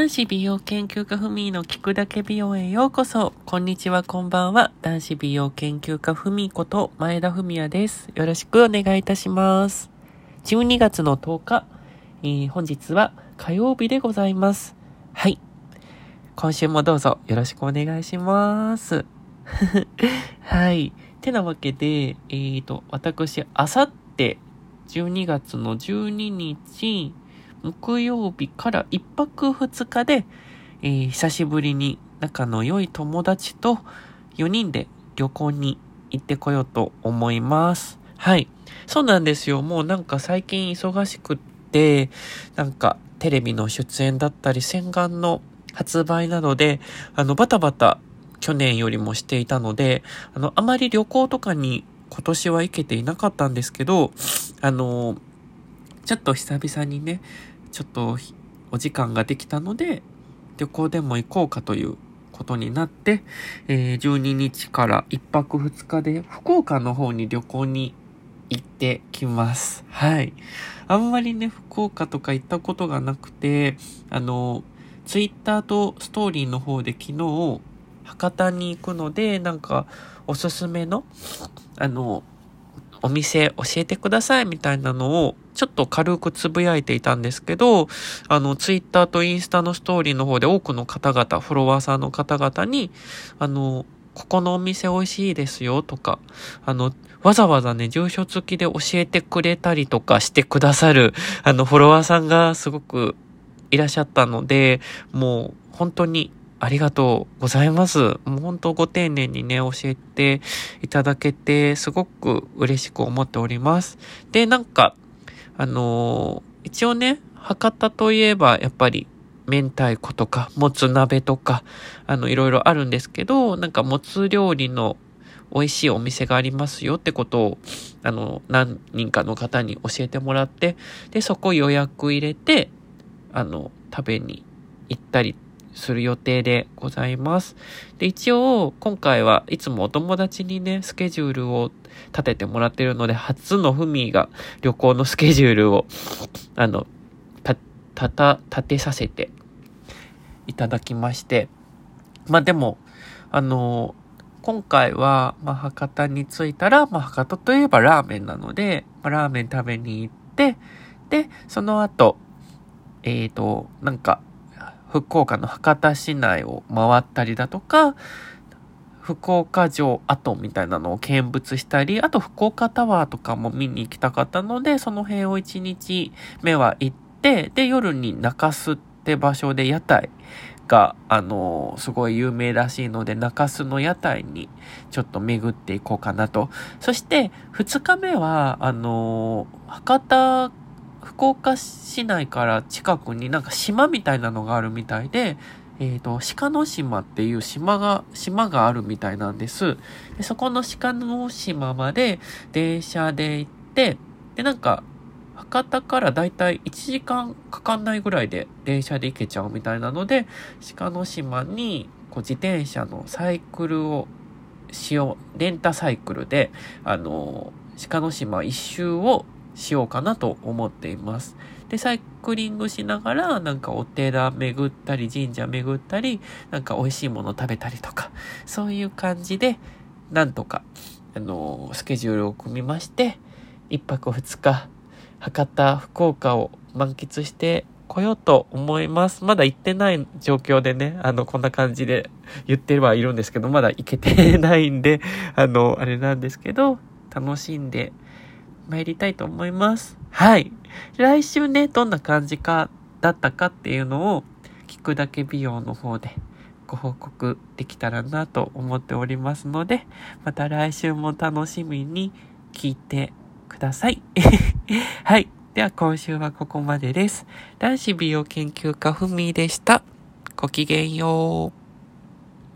男子美容研究家ふみの聞くだけ美容へようこそ。こんにちは、こんばんは。男子美容研究家ふみこと前田文也です。よろしくお願いいたします。12月の10日、本日は火曜日でございます。はい。今週もどうぞよろしくお願いします。はい。てなわけで、私、あさって12月の12日、木曜日から1泊2日で、久しぶりに仲の良い友達と4人で旅行に行ってこようと思います。はい。そうなんですよ。もうなんか最近忙しくって、なんかテレビの出演だったり洗顔の発売などで、バタバタ去年よりもしていたので、あまり旅行とかに今年は行けていなかったんですけど、ちょっと久々にね、ちょっとお時間ができたので、旅行でも行こうかということになって、12日から1泊2日で福岡の方に旅行に行ってきます。はい。あんまりね、福岡とか行ったことがなくて、ツイッターとストーリーの方で昨日、博多に行くので、なんか、おすすめの、お店教えてくださいみたいなのをちょっと軽くつぶやいていたんですけど、ツイッターとインスタのストーリーの方で多くの方々、フォロワーさんの方々に、ここのお店美味しいですよとか、わざわざね、住所付きで教えてくれたりとかしてくださる、フォロワーさんがすごくいらっしゃったので、もう本当にありがとうございます。もう本当ご丁寧にね、教えていただけて、すごく嬉しく思っております。で、なんか、一応ね、博多といえば、やっぱり、明太子とか、もつ鍋とか、いろいろあるんですけど、なんか、もつ料理の美味しいお店がありますよってことを、何人かの方に教えてもらって、で、そこ予約入れて、食べに行ったりする予定でございます。で、一応、今回はいつもお友達にね、スケジュールを立ててもらってるので、初のフミが旅行のスケジュールを、立てさせていただきまして。まあでも、今回は、博多に着いたら、博多といえばラーメンなので、ラーメン食べに行って、で、その後、なんか、福岡の博多市内を回ったりだとか、福岡城跡みたいなのを見物したり、あと福岡タワーとかも見に行きたかったので、その辺を1日目は行って、で、夜に中洲って場所で屋台が、すごい有名らしいので、中洲の屋台にちょっと巡っていこうかなと。そして、2日目は、福岡市内から近くになんか島みたいなのがあるみたいで、鹿の島っていう島があるみたいなんです。で、そこの鹿の島まで電車で行って、で、なんか、博多からだいたい1時間かかんないぐらいで電車で行けちゃうみたいなので、鹿の島に自転車のサイクルをレンタサイクルで、鹿の島一周をしようかなと思っています。で、サイクリングしながら、なんかお寺巡ったり、神社巡ったり、なんか美味しいもの食べたりとか、そういう感じで、なんとか、スケジュールを組みまして、1泊2日、博多、福岡を満喫してこようと思います。まだ行ってない状況でね、こんな感じで言ってはいるんですけど、まだ行けてないんで、あれなんですけど、楽しんで参りたいと思います。はい。来週ね、どんな感じだったかっていうのを、聞くだけ美容の方でご報告できたらなと思っておりますので、また来週も楽しみに聞いてください。はい。では今週はここまでです。男子美容研究家ふみでした。ごきげんよう。